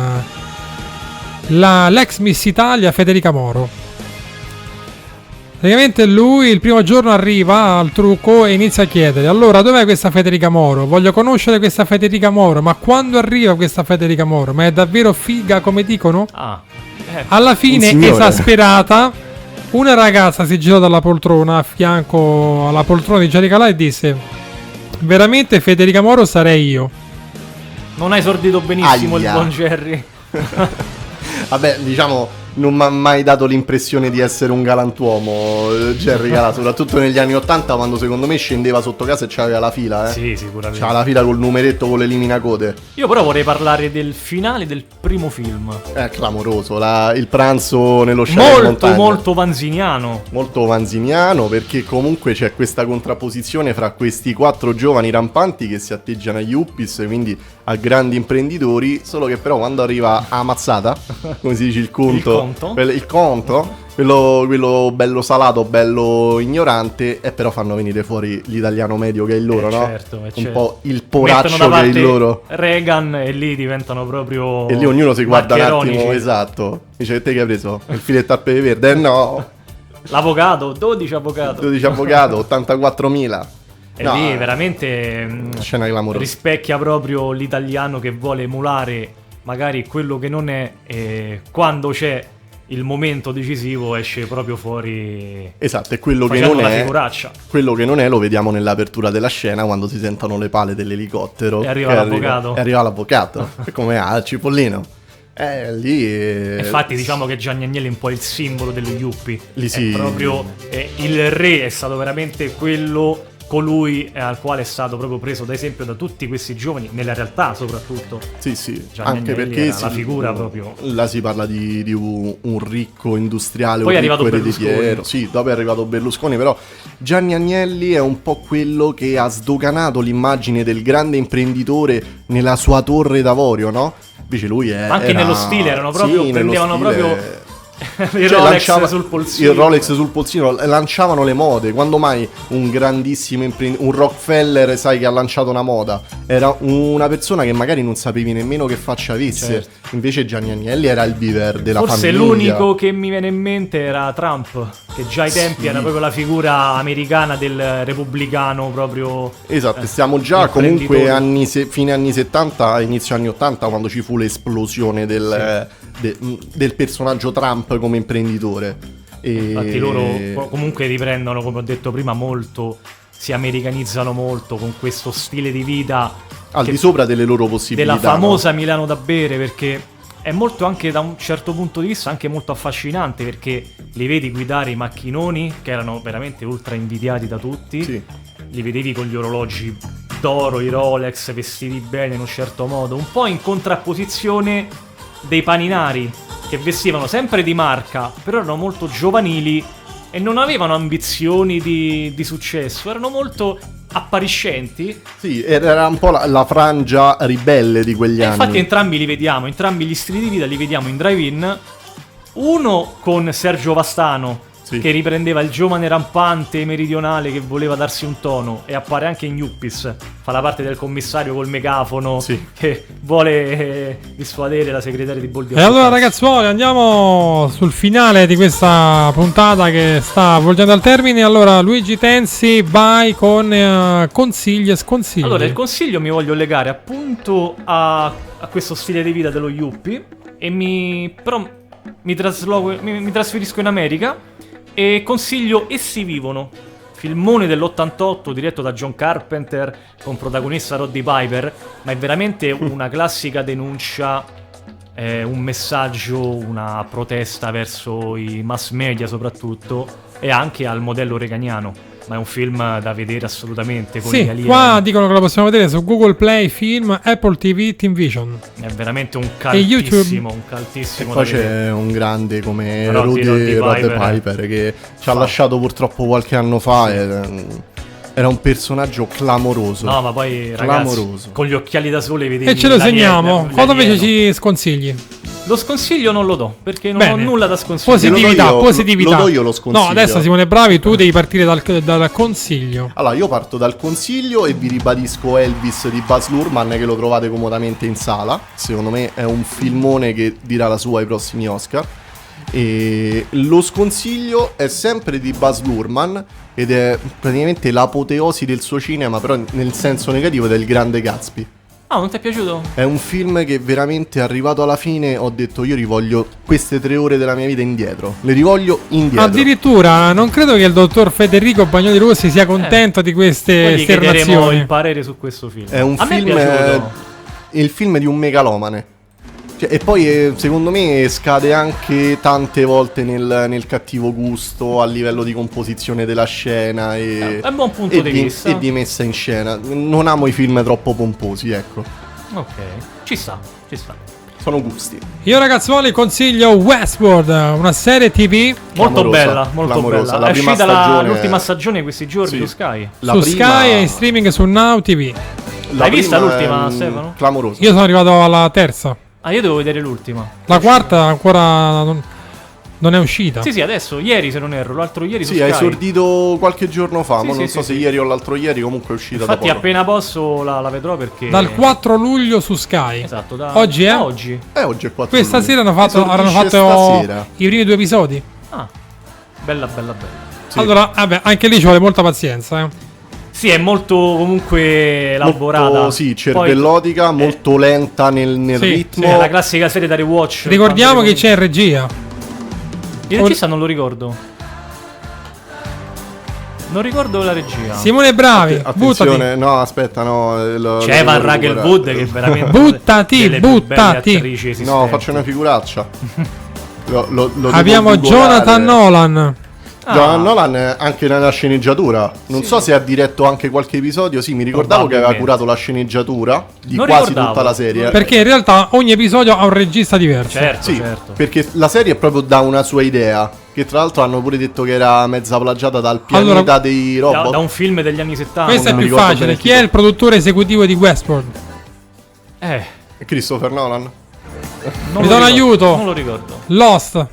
l'ex Miss Italia Federica Moro. Praticamente lui il primo giorno arriva al trucco e inizia a chiedere: allora, dov'è questa Federica Moro? Voglio conoscere questa Federica Moro. Ma quando arriva questa Federica Moro? Ma è davvero figa come dicono? Alla fine, esasperata, una ragazza si girò dalla poltrona a fianco alla poltrona di Jerry Calà e disse: veramente Federica Moro sarei io. Non hai esordito benissimo il buon Jerry. Vabbè, diciamo, non mi ha mai dato l'impressione di essere un galantuomo Jerry Calà, soprattutto negli anni 80, quando secondo me scendeva sotto casa e c'aveva la fila. Sì, sicuramente. C'aveva la fila col numeretto con l'eliminacode. Io però vorrei parlare del finale del primo film. È clamoroso, il pranzo nello sciame molto vanziniano. Molto vanziniano, perché comunque c'è questa contrapposizione fra questi 4 giovani rampanti che si atteggiano agli yuppies, quindi a grandi imprenditori, solo che però quando arriva a mazzata, come si dice il conto, quello bello salato, bello ignorante, e però fanno venire fuori l'italiano medio che è il loro, no? Un po' il poraccio che è il loro. Reagan, e lì diventano proprio. E lì ognuno si guarda un attimo, esatto. Dice: te che hai preso? Il filetto al pepe verde? No. L'avvocato, 12 avvocato, 84.000. E lì veramente scena clamorosa. Rispecchia proprio l'italiano che vuole emulare magari quello che non è, e quando c'è il momento decisivo esce proprio fuori. Esatto, e quello che non è, quello che non è lo vediamo nell'apertura della scena, quando si sentono le pale dell'elicottero e arriva l'avvocato. E arriva l'avvocato. Come al cipollino. Lì... Infatti diciamo che Gianni Agnelli è un po' il simbolo dello yuppie. Lì sì. È proprio il re, è stato veramente colui al quale è stato proprio preso da esempio da tutti questi giovani, nella realtà soprattutto. Sì, Gianni anche Agnelli perché era la figura proprio. Là si parla di un ricco industriale, Poi un è arrivato ricco Berlusconi. ereditiero. Sì, dopo è arrivato Berlusconi, però Gianni Agnelli è un po' quello che ha sdoganato l'immagine del grande imprenditore nella sua torre d'avorio, no? Invece lui anche nello stile erano proprio, sì, prendevano nello stile... proprio il Rolex sul polsino. Il Rolex sul polsino, lanciavano le mode. Quando mai un grandissimo imprenditore, un Rockefeller, sai, che ha lanciato una moda, era una persona che magari non sapevi nemmeno che faccia avesse. Certo. Invece Gianni Agnelli era il beaver della Forse famiglia. l'unico che mi viene in mente era Trump, che già ai tempi era proprio la figura americana del repubblicano proprio. Esatto, stiamo già comunque imprenditore. fine anni 70, inizio anni 80, quando ci fu l'esplosione del personaggio Trump come imprenditore. Infatti loro comunque riprendono, come ho detto prima, molto, si americanizzano molto con questo stile di vita al di sopra delle loro possibilità, della famosa Milano da bere, perché è molto, anche da un certo punto di vista, anche molto affascinante, perché li vedi guidare i macchinoni che erano veramente ultra invidiati da tutti. Sì. Li vedevi con gli orologi d'oro, i Rolex, vestiti bene in un certo modo, un po' in contrapposizione dei paninari che vestivano sempre di marca, però erano molto giovanili e non avevano ambizioni di successo, erano molto appariscenti. Sì, era un po' la frangia ribelle di quegli anni. Infatti entrambi li vediamo, entrambi gli stili di vita li vediamo in Drive-In. Uno con Sergio Vastano, che riprendeva il giovane rampante meridionale che voleva darsi un tono, e appare anche in Yuppies, fa la parte del commissario col megafono che vuole dissuadere la segretaria di Boldi. E allora ragazzuoli, andiamo sul finale di questa puntata che sta volgendo al termine. Allora Luigi Tensi, vai con consigli e sconsigli. Allora il consiglio mi voglio legare appunto a questo stile di vita dello yuppie, e mi trasferisco in America e consiglio Essi vivono, filmone dell'88 diretto da John Carpenter con protagonista Roddy Piper, ma è veramente una classica denuncia, un messaggio, una protesta verso i mass media soprattutto, e anche al modello reganiano. Ma è un film da vedere assolutamente con gli alieni. Qua dicono che lo possiamo vedere su Google Play Film, Apple TV, Team Vision. È veramente un YouTube. caltissimo. E poi c'è un grande come Roddy Piper che ci ha lasciato purtroppo qualche anno fa. Era un personaggio clamoroso. No, ma poi ragazzi, clamoroso. con gli occhiali da sole vedevi. E ce lo segniamo. Cosa invece ci sconsigli? Lo sconsiglio non lo do, perché non ho nulla da sconsigliare. Positività. Lo do io lo sconsiglio. No, adesso Simone Bravi, tu devi partire dal consiglio. Allora, io parto dal consiglio e vi ribadisco Elvis di Baz Luhrmann, che lo trovate comodamente in sala. Secondo me è un filmone che dirà la sua ai prossimi Oscar. E lo sconsiglio è sempre di Baz Luhrmann ed è praticamente l'apoteosi del suo cinema, però nel senso negativo, del Grande Gatsby. Ah, non ti è piaciuto? È un film che veramente, arrivato alla fine, ho detto io rivoglio queste 3 ore della mia vita indietro. Le rivoglio indietro. Addirittura non credo che il dottor Federico Bagnoli Rossi sia contento di queste esternazioni. Il parere su questo film. È un A film, me è piaciuto. Il film di un megalomane. Cioè, e poi secondo me scade anche tante volte nel cattivo gusto a livello di composizione della scena è un buon punto di vista. E di messa in scena. Non amo i film troppo pomposi, ecco. Ok, ci sta. Sono gusti. Io ragazzuoli consiglio Westworld, una serie TV molto bella. La è prima uscita stagione... l'ultima stagione questi giorni su Sky. Sky e in streaming su Now TV. L'hai vista l'ultima, Stefano? Clamoroso. Io sono arrivato alla terza. Ah, io devo vedere l'ultima. La quarta ancora non è uscita. Sì, adesso, ieri se non erro, l'altro ieri su Sky. Sì, ha esordito qualche giorno fa, ma non so se sì. ieri o l'altro ieri, comunque è uscita. Infatti da poco. appena posso la vedrò, perché dal 4 luglio su Sky. Esatto, oggi è? Oggi. Oggi è 4 Questa luglio. sera avranno fatto stasera. i primi 2 episodi. Ah, bella. Sì. Allora, vabbè, anche lì ci vuole molta pazienza, Sì, è molto comunque elaborata. Molto, sì, cervellotica, molto lenta nel ritmo. Sì, è la classica serie da rewatch. Ricordiamo che c'è in regia. Il regista non lo ricordo. Non ricordo la regia. Simone Bravi, Attenzione, buttati. no, aspetta, no. C'è Evan Rachelwood che è veramente Buttati, delle più belle buttati. attrici esistenti. No, faccio una figuraccia. Abbiamo Jonathan Nolan. Jonathan Nolan anche nella sceneggiatura. Non so se ha diretto anche qualche episodio. Sì, mi ricordavo che aveva curato la sceneggiatura di Non quasi ricordavo. tutta la serie. Perché in realtà ogni episodio ha un regista diverso. Certo, Sì, certo. perché la serie è proprio da una sua idea. Che tra l'altro hanno pure detto che era mezza plagiata dal pianeta Allora, dei robot. Da un film degli anni 70. Questo è non mi più ricordo facile. bene Chi il è il produttore esecutivo di Westworld? Christopher Nolan. Non Mi lo do un ricordo, aiuto. Non lo ricordo. Lost.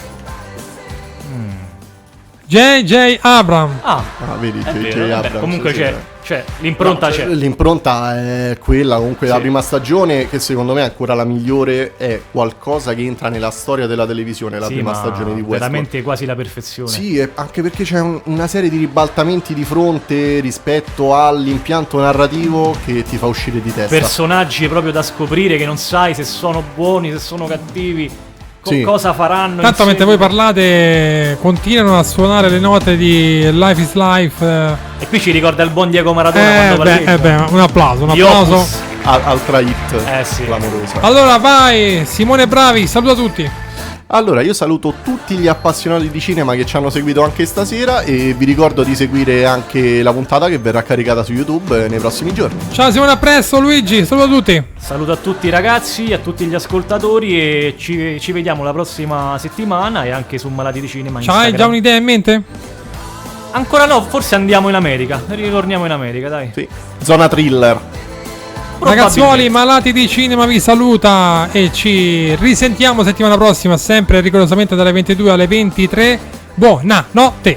J.J. Abrams. Ah, vedi, è J.J. vero, vabbè, Abrams, comunque sì, c'è, l'impronta No, c'è. L'impronta è quella, comunque Sì. la prima stagione, che secondo me è ancora la migliore, è qualcosa che entra nella storia della televisione, la Sì, prima ma stagione di Westworld. veramente quasi la perfezione. Sì, anche perché c'è una serie di ribaltamenti di fronte rispetto all'impianto narrativo che ti fa uscire di testa. Personaggi proprio da scoprire che non sai se sono buoni, se sono cattivi, Sì. cosa faranno. Tanto mentre voi insieme. parlate continuano a suonare le note di Life is Life. E qui ci ricorda il buon Diego Maradona quando palleggia. un applauso, un Gli applauso. Opus. Altra hit Sì. clamorosa. Allora vai, Simone Bravi, saluta tutti. Allora, io saluto tutti gli appassionati di cinema che ci hanno seguito anche stasera e vi ricordo di seguire anche la puntata che verrà caricata su YouTube nei prossimi giorni. Ciao Simone, a presto. Luigi, saluta tutti. Saluto a tutti i ragazzi, a tutti gli ascoltatori e ci vediamo la prossima settimana e anche su Malati di Cinema. C'hai Instagram. già un'idea in mente? Ancora no, forse andiamo in America. Ritorniamo in America, dai. Sì. Zona thriller. Ragazzuoli, Malati di Cinema vi saluta e ci risentiamo settimana prossima, sempre rigorosamente dalle 22 alle 23. Buonanotte.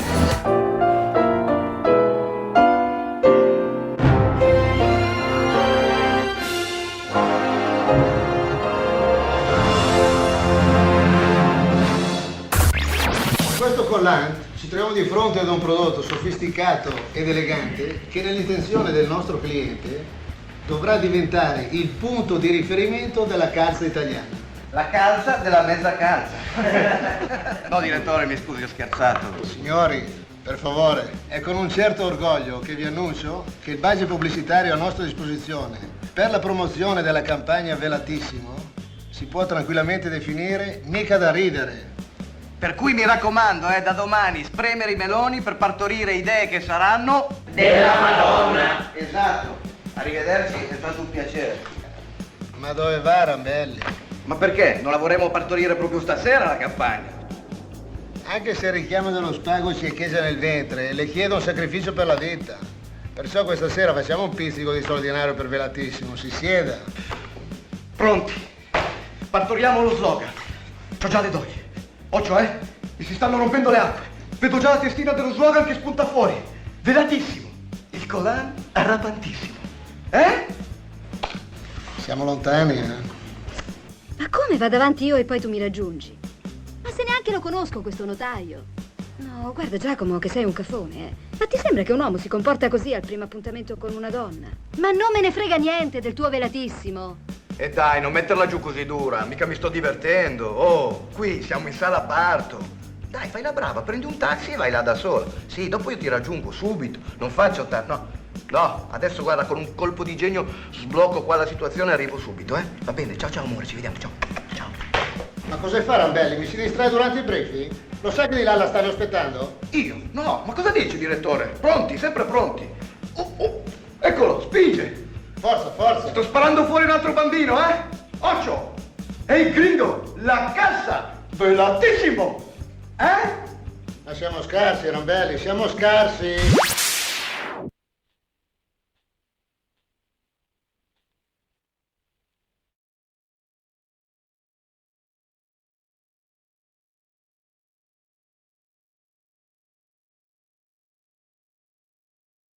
Con questo collante ci troviamo di fronte ad un prodotto sofisticato ed elegante che nell'intenzione del nostro cliente dovrà diventare il punto di riferimento della calza italiana. La calza della mezza calza. No, direttore, mi scusi, ho scherzato. Signori, per favore, è con un certo orgoglio che vi annuncio che il budget pubblicitario a nostra disposizione per la promozione della campagna Velatissimo si può tranquillamente definire mica da ridere. Per cui mi raccomando, da domani spremere i meloni per partorire idee che saranno... Della Madonna! Esatto. Arrivederci, è stato un piacere. Ma dove va, Rambelli? Ma perché? Non la vorremmo partorire proprio stasera la campagna? Anche se il richiamo dello spago ci echeggia nel ventre, le chiedo un sacrificio per la vita. Perciò questa sera facciamo un pizzico di straordinario per Velatissimo, si sieda. Pronti. Partoriamo lo slogan. C'ho già le doglie. Occhio, mi si stanno rompendo le acque. Vedo già la testina dello slogan che spunta fuori. Velatissimo. Il collan arrapantissimo. Siamo lontani, Ma come vado avanti io e poi tu mi raggiungi? Ma se neanche lo conosco questo notaio. No, guarda Giacomo che sei un cafone, Ma ti sembra che un uomo si comporta così al primo appuntamento con una donna? Ma non me ne frega niente del tuo Velatissimo. E dai, non metterla giù così dura, mica mi sto divertendo. Oh, qui siamo in sala parto. Dai, fai la brava, prendi un taxi e vai là da sola. Sì, dopo io ti raggiungo subito, non faccio No, adesso guarda, con un colpo di genio sblocco qua la situazione e arrivo subito, Va bene, ciao amore, ci vediamo, ciao. Ma cosa fa Rambelli? Mi si distrae durante il briefing? Lo sai che di là la stanno aspettando? Io? No, ma cosa dici, direttore? Pronti, sempre pronti. Eccolo, spinge. Forza. Sto sparando fuori un altro bambino, Occhio. Ehi, gringo, la cassa. Velatissimo. Ma siamo scarsi, Rambelli, siamo scarsi.